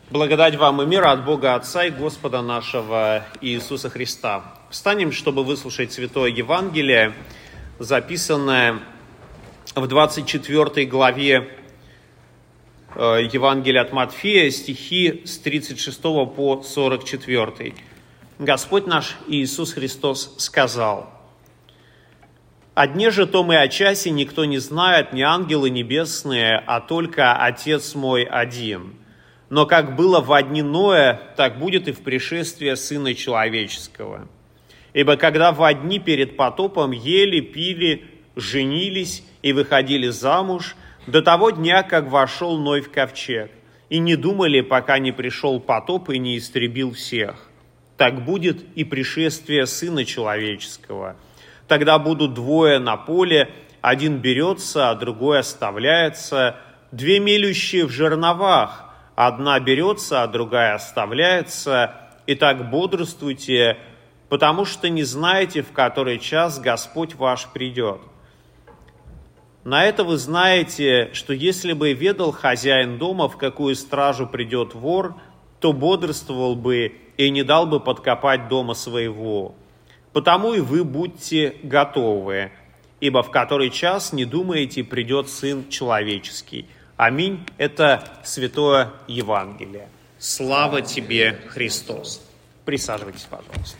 Благодать вам и мир от Бога Отца и Господа нашего Иисуса Христа. Встанем, чтобы выслушать Святое Евангелие, записанное в 24 главе Евангелия от Матфея, стихи с 36 по 44. Господь наш Иисус Христос сказал: «О дне же том и о часе никто не знает, ни ангелы небесные, а только Отец мой один. Но как было во дни Ноя, так будет и в пришествии Сына Человеческого. Ибо когда во дни перед потопом ели, пили, женились и выходили замуж, до того дня, как вошел Ной в ковчег, и не думали, пока не пришел потоп и не истребил всех. Так будет и пришествие Сына Человеческого. Тогда будут двое на поле, один берется, а другой оставляется, две мелющие в жерновах, одна берется, а другая оставляется. Итак, бодрствуйте, потому что не знаете, в который час Господь ваш придет. На это вы знаете, что если бы ведал хозяин дома, в какую стражу придет вор, то бодрствовал бы и не дал бы подкопать дома своего. Потому и вы будьте готовы, ибо в который час, не думаете, придет Сын Человеческий». Аминь. Это Святое Евангелие. Слава тебе, Христос. Присаживайтесь, пожалуйста.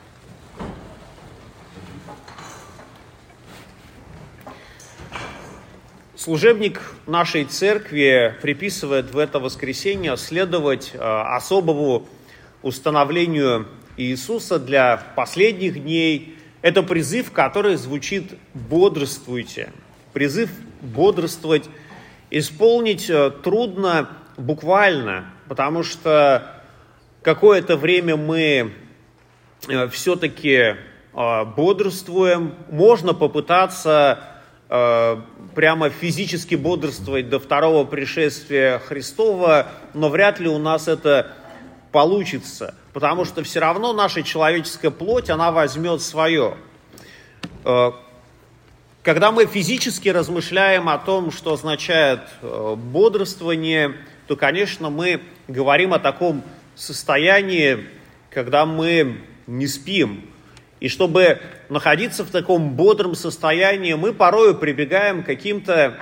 Служебник нашей церкви приписывает в это воскресенье следовать особому установлению Иисуса для последних дней. Это призыв, который звучит «бодрствуйте». Призыв бодрствовать исполнить трудно буквально, потому что какое-то время мы все-таки бодрствуем. Можно попытаться прямо физически бодрствовать до второго пришествия Христова, но вряд ли у нас это получится, потому что все равно наша человеческая плоть, она возьмет свое. Когда мы физически размышляем о том, что означает бодрствование, то, конечно, мы говорим о таком состоянии, когда мы не спим. И чтобы находиться в таком бодром состоянии, мы порою прибегаем к каким-то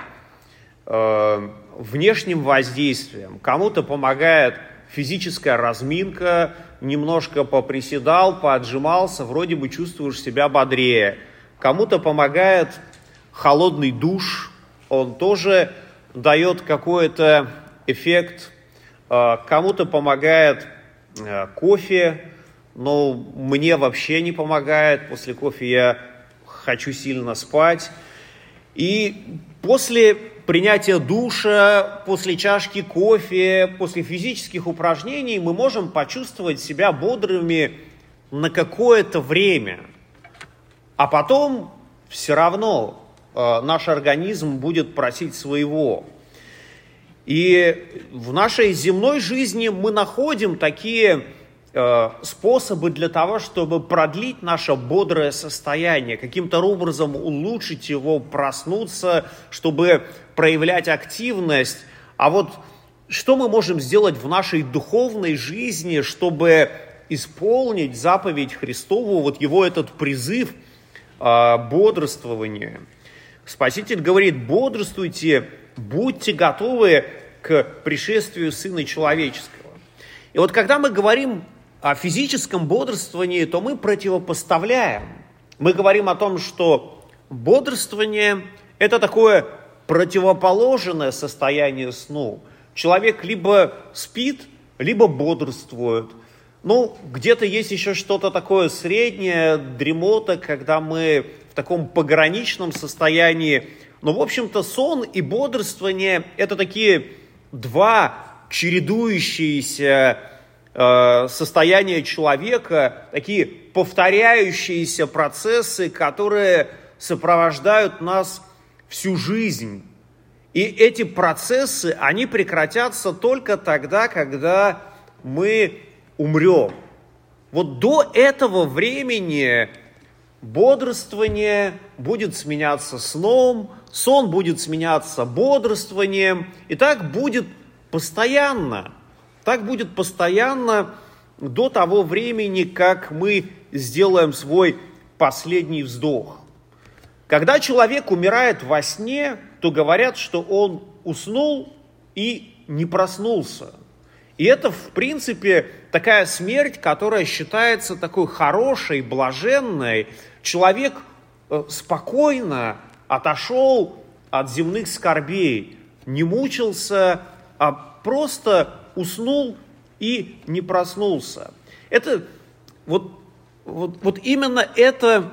внешним воздействиям. Кому-то помогает физическая разминка, немножко поприседал, поотжимался, вроде бы чувствуешь себя бодрее. Кому-то помогает холодный душ, он тоже дает какой-то эффект. Кому-то помогает кофе, но мне вообще не помогает. После кофе я хочу сильно спать. И после принятия душа, после чашки кофе, после физических упражнений мы можем почувствовать себя бодрыми на какое-то время. А потом все равно наш организм будет просить своего. И в нашей земной жизни мы находим такие способы для того, чтобы продлить наше бодрое состояние, каким-то образом улучшить его, проснуться, чтобы проявлять активность. А вот что мы можем сделать в нашей духовной жизни, чтобы исполнить заповедь Христову, вот его этот призыв бодрствования? Спаситель говорит: бодрствуйте, будьте готовы к пришествию Сына Человеческого. И вот когда мы говорим о физическом бодрствовании, то мы противопоставляем. Мы говорим о том, что бодрствование – это такое противоположное состояние сну. Человек либо спит, либо бодрствует. Ну, где-то есть еще что-то такое среднее, дремота, когда мы в таком пограничном состоянии. Но, в общем-то, сон и бодрствование – это такие два чередующиеся состояния человека, такие повторяющиеся процессы, которые сопровождают нас всю жизнь. И эти процессы, они прекратятся только тогда, когда мы умрем. Вот до этого времени бодрствование будет сменяться сном, сон будет сменяться бодрствованием, и так будет постоянно. Так будет постоянно до того времени, как мы сделаем свой последний вздох. Когда человек умирает во сне, то говорят, что он уснул и не проснулся. И это, в принципе, такая смерть, которая считается такой хорошей, блаженной. Человек спокойно отошел от земных скорбей, не мучился, а просто уснул и не проснулся. Это вот именно это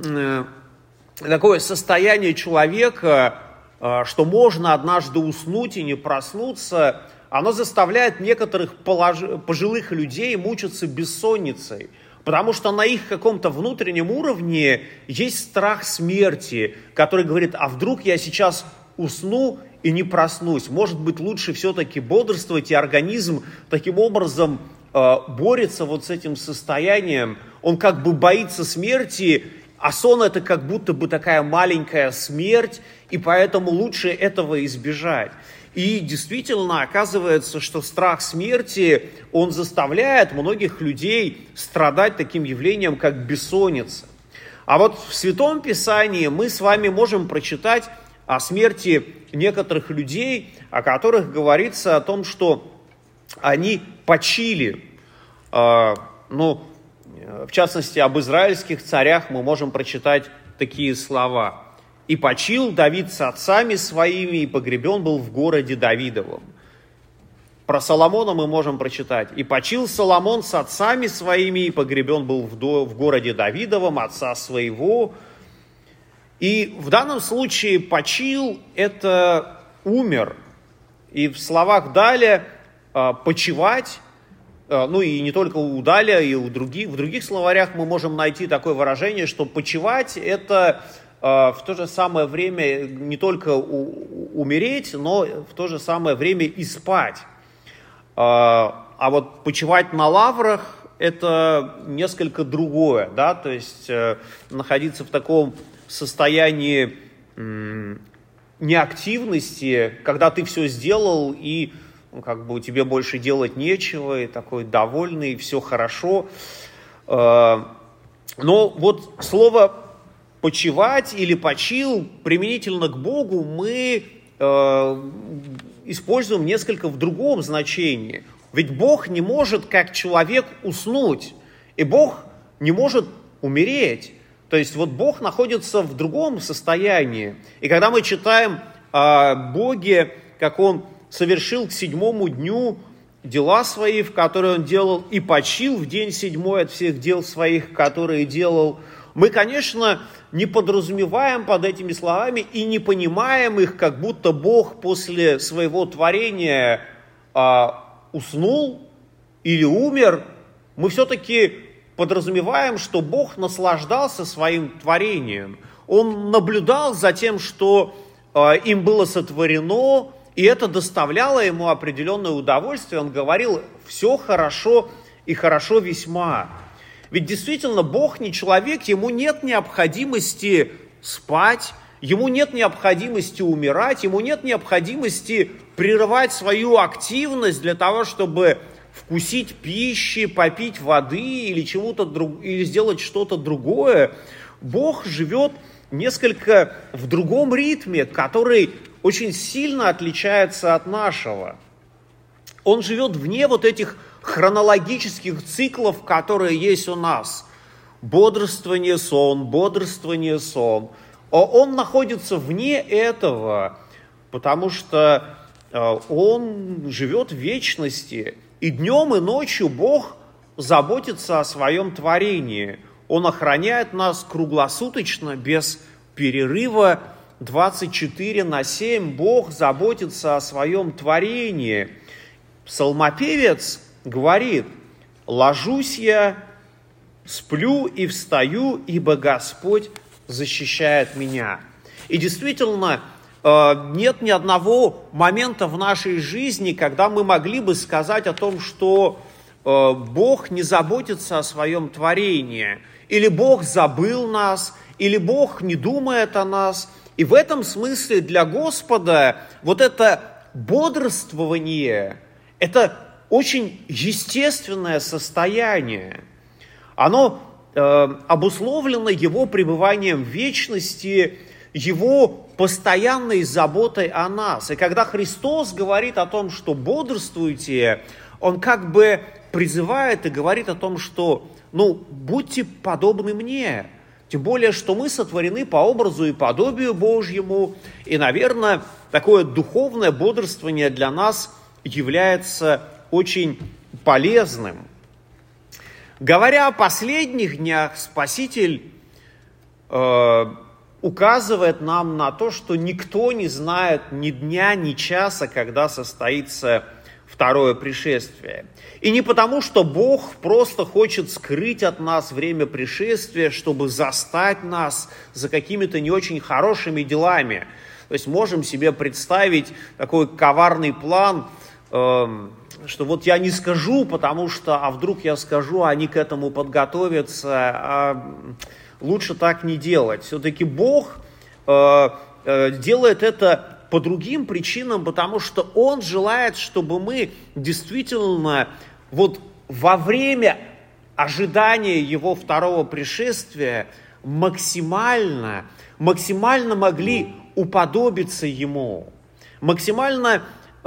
такое состояние человека, что можно однажды уснуть и не проснуться, оно заставляет некоторых пожилых людей мучиться бессонницей, потому что на их каком-то внутреннем уровне есть страх смерти, который говорит: а вдруг я сейчас усну и не проснусь? Может быть, лучше все-таки бодрствовать, и организм таким образом борется вот с этим состоянием. Он как бы боится смерти, а сон это как будто бы такая маленькая смерть, и поэтому лучше этого избежать. И действительно оказывается, что страх смерти, он заставляет многих людей страдать таким явлением, как бессонница. А вот в Святом Писании мы с вами можем прочитать о смерти некоторых людей, о которых говорится о том, что они почили. В частности, об израильских царях мы можем прочитать такие слова. «И почил Давид с отцами своими, и погребен был в городе Давидовом». Про Соломона мы можем прочитать. «И почил Соломон с отцами своими, и погребен был в городе Давидовом, отца своего». И в данном случае почил – это умер. И в словах Даля почивать, и не только у Даля, и в других словарях мы можем найти такое выражение, что почивать – это в то же самое время не только умереть, но в то же самое время и спать. А вот почивать на лаврах – это несколько другое, да, то есть находиться в таком состоянии неактивности, когда ты все сделал и тебе больше делать нечего, и такой довольный, и все хорошо. Но вот слово «почивать» или «почил» применительно к Богу мы используем несколько в другом значении. Ведь Бог не может, как человек, уснуть, и Бог не может умереть. То есть вот Бог находится в другом состоянии. И когда мы читаем о Боге, как Он совершил к 7-му дню дела свои, в которые Он делал, и почил в день 7-й от всех дел своих, которые делал, мы, конечно, не подразумеваем под этими словами и не понимаем их, как будто Бог после своего творения уснул или умер. Мы все-таки подразумеваем, что Бог наслаждался своим творением. Он наблюдал за тем, что им было сотворено, и это доставляло ему определенное удовольствие. Он говорил: все хорошо и хорошо весьма. Ведь действительно Бог не человек, ему нет необходимости спать, ему нет необходимости умирать, ему нет необходимости прерывать свою активность для того, чтобы вкусить пищи, попить воды или сделать что-то другое. Бог живет несколько в другом ритме, который очень сильно отличается от нашего. Он живет вне вот этих хронологических циклов, которые есть у нас. Бодрствование, сон, бодрствование, сон. Он находится вне этого, потому что он живет в вечности. И днем, и ночью Бог заботится о своем творении. Он охраняет нас круглосуточно, без перерыва, 24/7. Бог заботится о своем творении. Псалмопевец говорит: «Ложусь я, сплю и встаю, ибо Господь защищает меня». И действительно, нет ни одного момента в нашей жизни, когда мы могли бы сказать о том, что Бог не заботится о своем творении, или Бог забыл нас, или Бог не думает о нас. И в этом смысле для Господа вот это бодрствование – это очень естественное состояние. Оно обусловлено Его пребыванием в вечности, Его постоянной заботой о нас. И когда Христос говорит о том, что бодрствуйте, Он как бы призывает и говорит о том, что, будьте подобны мне. Тем более, что мы сотворены по образу и подобию Божьему. И, наверное, такое духовное бодрствование для нас является очень полезным. Говоря о последних днях, Спаситель указывает нам на то, что никто не знает ни дня, ни часа, когда состоится второе пришествие. И не потому, что Бог просто хочет скрыть от нас время пришествия, чтобы застать нас за какими-то не очень хорошими делами. То есть можем себе представить такой коварный план, что вот я не скажу, потому что, а вдруг я скажу, они к этому подготовятся, лучше так не делать. Все-таки Бог делает это по другим причинам, потому что Он желает, чтобы мы действительно вот во время ожидания Его второго пришествия максимально могли уподобиться Ему, максимально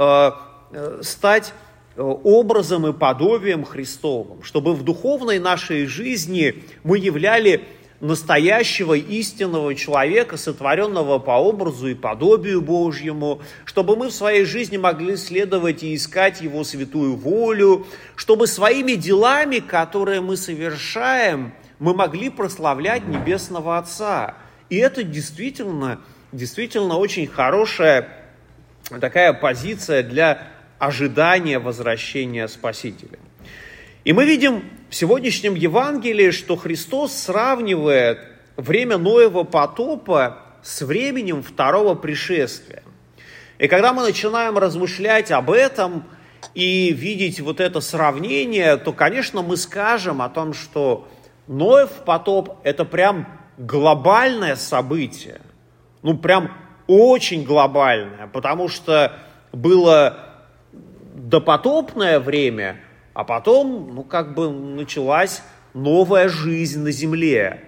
стать образом и подобием Христовым, чтобы в духовной нашей жизни мы являли настоящего истинного человека, сотворенного по образу и подобию Божьему, чтобы мы в своей жизни могли следовать и искать Его святую волю, чтобы своими делами, которые мы совершаем, мы могли прославлять Небесного Отца. И это действительно очень хорошая такая позиция для ожидания возвращения Спасителя. И мы видим в сегодняшнем Евангелии, что Христос сравнивает время Ноева потопа с временем второго пришествия. И когда мы начинаем размышлять об этом и видеть вот это сравнение, то, конечно, мы скажем о том, что Ноев потоп – это прям глобальное событие. Прям очень глобальное, потому что было допотопное время, а потом, началась новая жизнь на земле.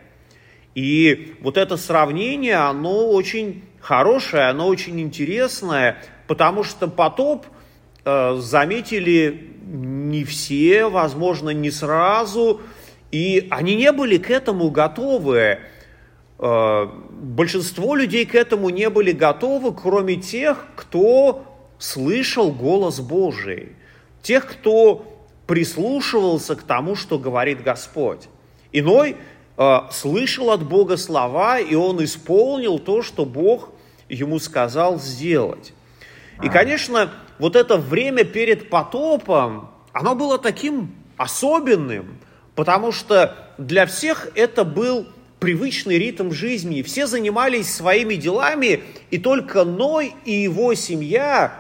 И вот это сравнение, оно очень хорошее, оно очень интересное, потому что потоп заметили не все, возможно, не сразу, и они не были к этому готовы. Большинство людей к этому не были готовы, кроме тех, кто слышал голос Божий, тех, кто прислушивался к тому, что говорит Господь. Иной слышал от Бога слова, и он исполнил то, что Бог ему сказал сделать. И, конечно, вот это время перед потопом, оно было таким особенным, потому что для всех это был привычный ритм жизни. Все занимались своими делами, и только Ной и его семья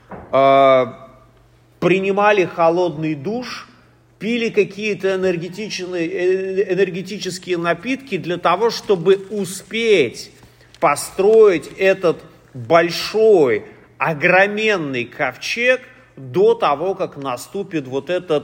принимали холодный душ, пили какие-то энергетические напитки для того, чтобы успеть построить этот большой, огроменный ковчег до того, как наступит вот этот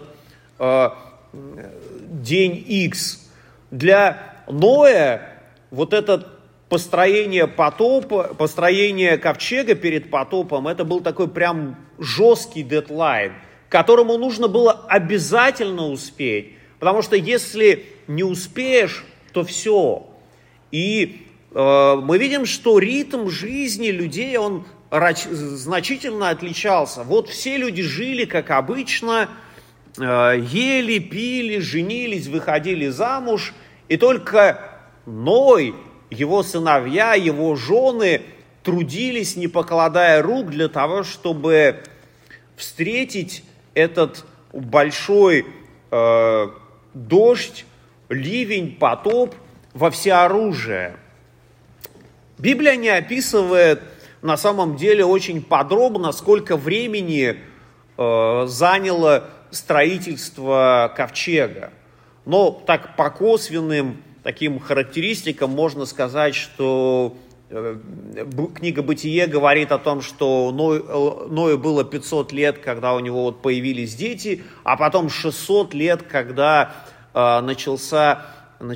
день Х. Для Ноя вот это построение ковчега перед потопом, это был такой прям жесткий дедлайн, к которому нужно было обязательно успеть. Потому что если не успеешь, то все. И мы видим, что ритм жизни людей, он значительно отличался. Вот все люди жили, как обычно, ели, пили, женились, выходили замуж. И только Ной, его сыновья, его жены трудились, не покладая рук, для того, чтобы встретить этот большой дождь, ливень, потоп во всеоружие. Библия не описывает на самом деле очень подробно, сколько времени заняло строительство ковчега. Но так по косвенным таким характеристикам можно сказать, что книга «Бытие» говорит о том, что Ною было 500 лет, когда у него появились дети, а потом 600 лет, когда начался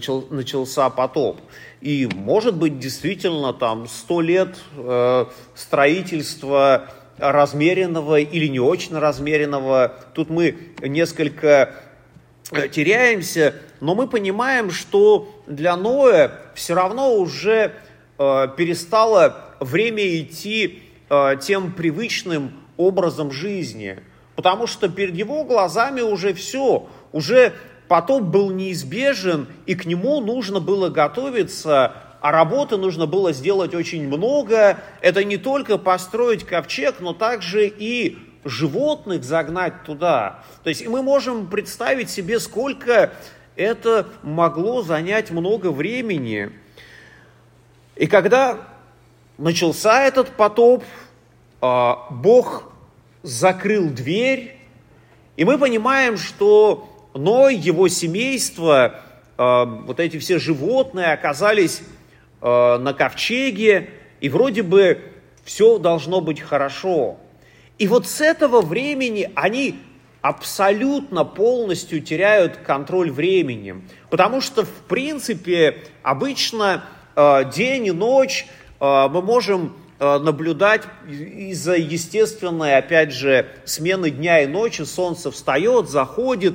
потоп. И, может быть, действительно, там 100 лет строительства размеренного или не очень размеренного. Тут мы несколько теряемся, но мы понимаем, что для Ноя все равно уже перестало время идти тем привычным образом жизни, потому что перед его глазами уже все, уже потоп был неизбежен, и к нему нужно было готовиться, а работы нужно было сделать очень много. Это не только построить ковчег, но также и животных загнать туда. То есть мы можем представить себе, сколько это могло занять много времени. И когда начался этот потоп, Бог закрыл дверь, и мы понимаем, что Ной, его семейство, вот эти все животные оказались на ковчеге, и вроде бы все должно быть хорошо. И вот с этого времени они абсолютно полностью теряют контроль временем, потому что, в принципе, обычно день и ночь мы можем наблюдать из-за естественной, опять же, смены дня и ночи. Солнце встает, заходит,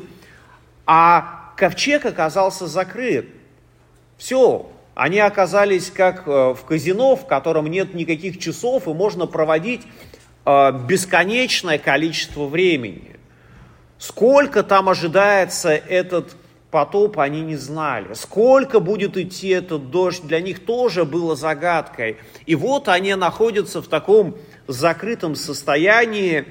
а ковчег оказался закрыт. Все, они оказались как в казино, в котором нет никаких часов, и можно проводить бесконечное количество времени. Сколько там ожидается этот потоп, они не знали. Сколько будет идти этот дождь, для них тоже было загадкой. И вот они находятся в таком закрытом состоянии,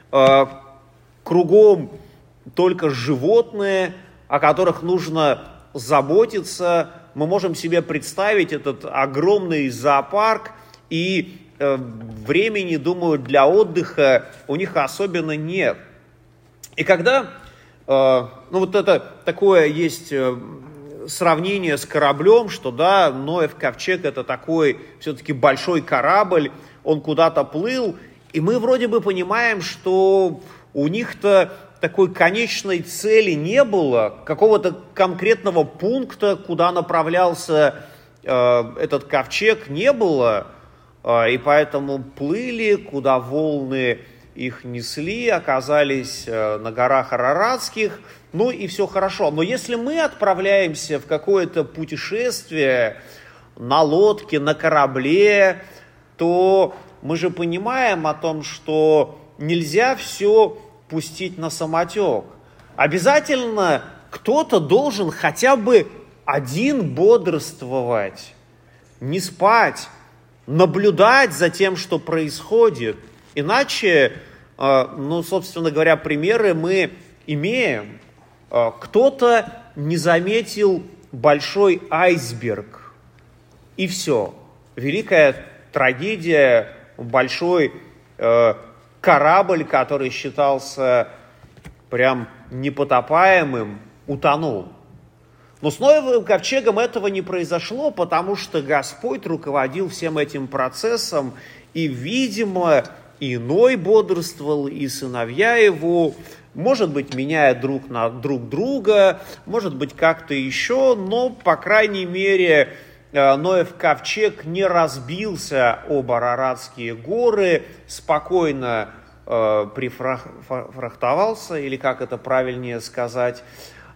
кругом только животные, о которых нужно заботиться. Мы можем себе представить этот огромный зоопарк, и времени, думаю, для отдыха у них особенно нет. И когда, вот это такое есть сравнение с кораблем, что да, Ноев ковчег это такой все-таки большой корабль, он куда-то плыл, и мы вроде бы понимаем, что у них-то такой конечной цели не было, какого-то конкретного пункта, куда направлялся этот ковчег, не было, и поэтому плыли, куда волны их несли, оказались на горах Араратских, ну и все хорошо. Но если мы отправляемся в какое-то путешествие на лодке, на корабле, то мы же понимаем о том, что нельзя все пустить на самотек. Обязательно кто-то должен хотя бы один бодрствовать, не спать, наблюдать за тем, что происходит. Иначе, собственно говоря, примеры мы имеем. Кто-то не заметил большой айсберг, и все. Великая трагедия, большой корабль, который считался прям непотопаемым, утонул. Но с Ноевым ковчегом этого не произошло, потому что Господь руководил всем этим процессом, и, видимо, и Ной бодрствовал, и сыновья его, может быть, меняя друг на друга, может быть, как-то еще, но, по крайней мере, Ноев ковчег не разбился об Араратские горы, спокойно прифрахтовался, или как это правильнее сказать,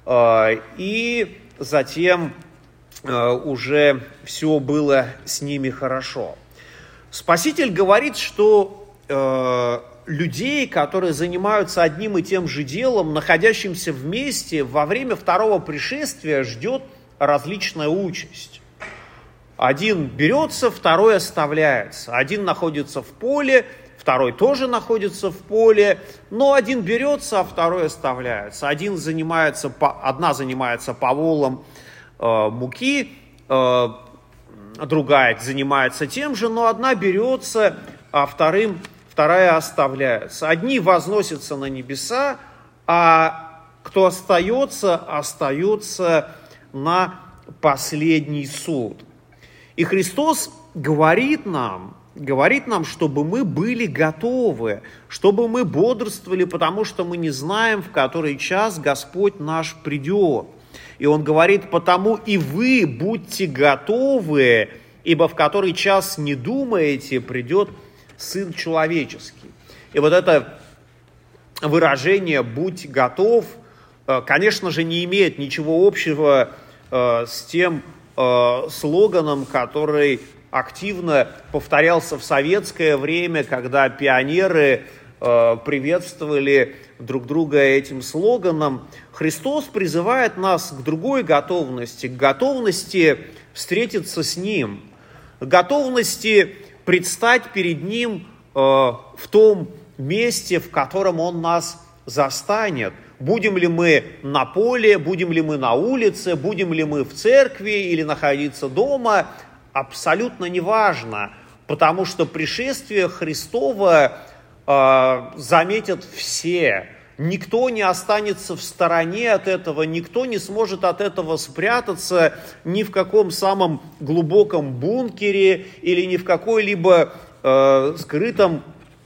и затем уже все было с ними хорошо. Спаситель говорит, что людей, которые занимаются одним и тем же делом, находящимся вместе, во время второго пришествия ждет различная участь. Один берется, второй оставляется. Один находится в поле, второй тоже находится в поле, но один берется, а второй оставляется. Одна занимается поволом муки, другая занимается тем же, но одна берется, а вторая оставляется. Одни возносятся на небеса, а кто остается на последний суд. И Христос говорит нам, чтобы мы были готовы, чтобы мы бодрствовали, потому что мы не знаем, в который час Господь наш придет. И Он говорит: потому и вы будьте готовы, ибо в который час не думаете, придет Сын Человеческий. И вот это выражение «будь готов», конечно же, не имеет ничего общего с тем слоганом, который активно повторялся в советское время, когда пионеры приветствовали друг друга этим слоганом. Христос призывает нас к другой готовности, к готовности встретиться с Ним, к готовности предстать перед Ним в том месте, в котором Он нас застанет. Будем ли мы на поле, будем ли мы на улице, будем ли мы в церкви или находиться дома, абсолютно неважно, потому что пришествие Христово заметят все. Никто не останется в стороне от этого, никто не сможет от этого спрятаться ни в каком самом глубоком бункере или ни в какой-либо скрытом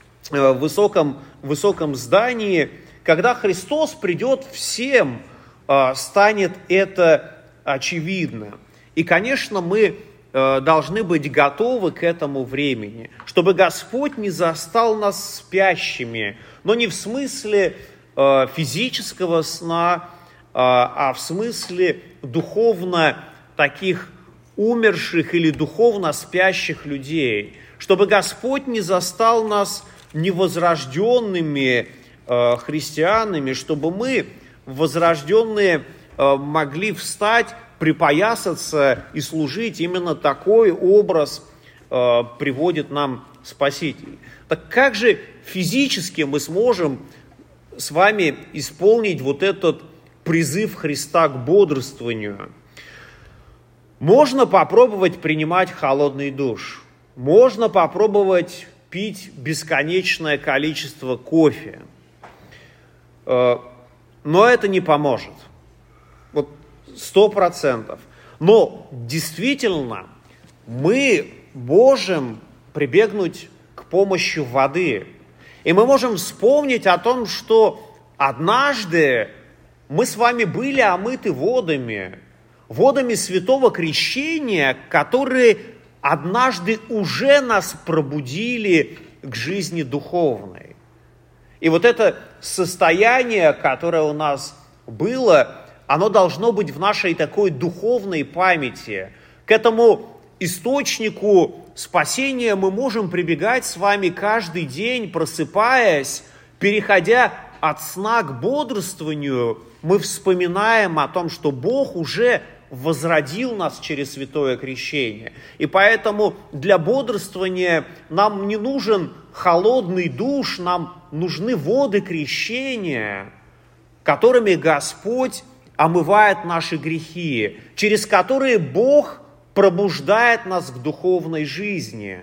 высоком здании. Когда Христос придет, всем станет это очевидно. И, конечно, мы должны быть готовы к этому времени, чтобы Господь не застал нас спящими, но не в смысле физического сна, а в смысле духовно таких умерших или духовно спящих людей, чтобы Господь не застал нас невозрожденными христианами, чтобы мы, возрожденные, могли встать, припоясаться и служить. Именно такой образ приводит нам Спаситель. Так как же физически мы сможем с вами исполнить вот этот призыв Христа к бодрствованию? Можно попробовать принимать холодный душ, можно попробовать пить бесконечное количество кофе, но это не поможет. Вот 100%. Но действительно мы можем прибегнуть к помощи воды. И мы можем вспомнить о том, что однажды мы с вами были омыты водами Святого Крещения, которые однажды уже нас пробудили к жизни духовной. И вот это состояние, которое у нас было, оно должно быть в нашей такой духовной памяти. К этому источнику спасения мы можем прибегать с вами каждый день, просыпаясь, переходя от сна к бодрствованию. Мы вспоминаем о том, что Бог уже возродил нас через Святое Крещение. И поэтому для бодрствования нам не нужен холодный душ, нам нужны воды крещения, которыми Господь омывает наши грехи, через которые Бог пробуждает нас к духовной жизни.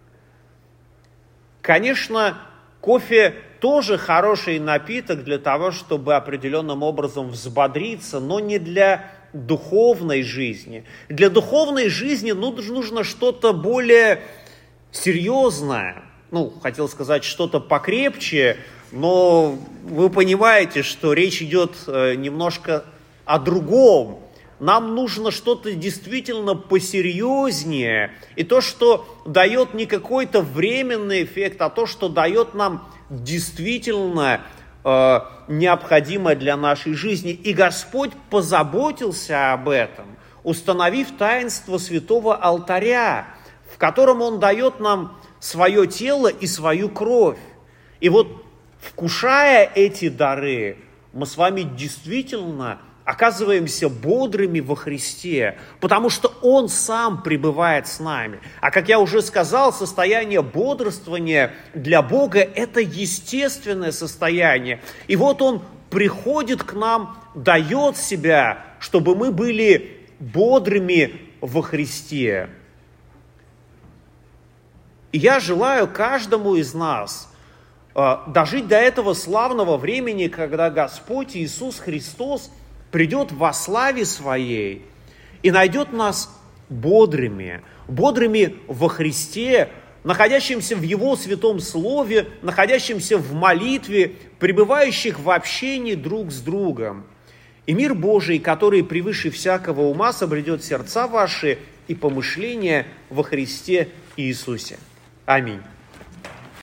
Конечно, кофе тоже хороший напиток для того, чтобы определенным образом взбодриться, но не для духовной жизни. Для духовной жизни нужно что-то более серьезное. Хотел сказать, что-то покрепче, но вы понимаете, что речь идет немножко о другом. Нам нужно что-то действительно посерьезнее. И то, что дает не какой-то временный эффект, а то, что дает нам действительно необходимое для нашей жизни. И Господь позаботился об этом, установив таинство святого алтаря, в котором Он дает нам свое тело и свою кровь. И вот, вкушая эти дары, мы с вами действительно оказываемся бодрыми во Христе, потому что Он сам пребывает с нами. А как я уже сказал, состояние бодрствования для Бога – это естественное состояние. И вот Он приходит к нам, дает себя, чтобы мы были бодрыми во Христе. И я желаю каждому из нас дожить до этого славного времени, когда Господь Иисус Христос придет во славе Своей и найдет нас бодрыми во Христе, находящимся в Его святом Слове, находящимся в молитве, пребывающих в общении друг с другом. И мир Божий, который превыше всякого ума, соблюдет сердца ваши и помышления во Христе Иисусе. Аминь.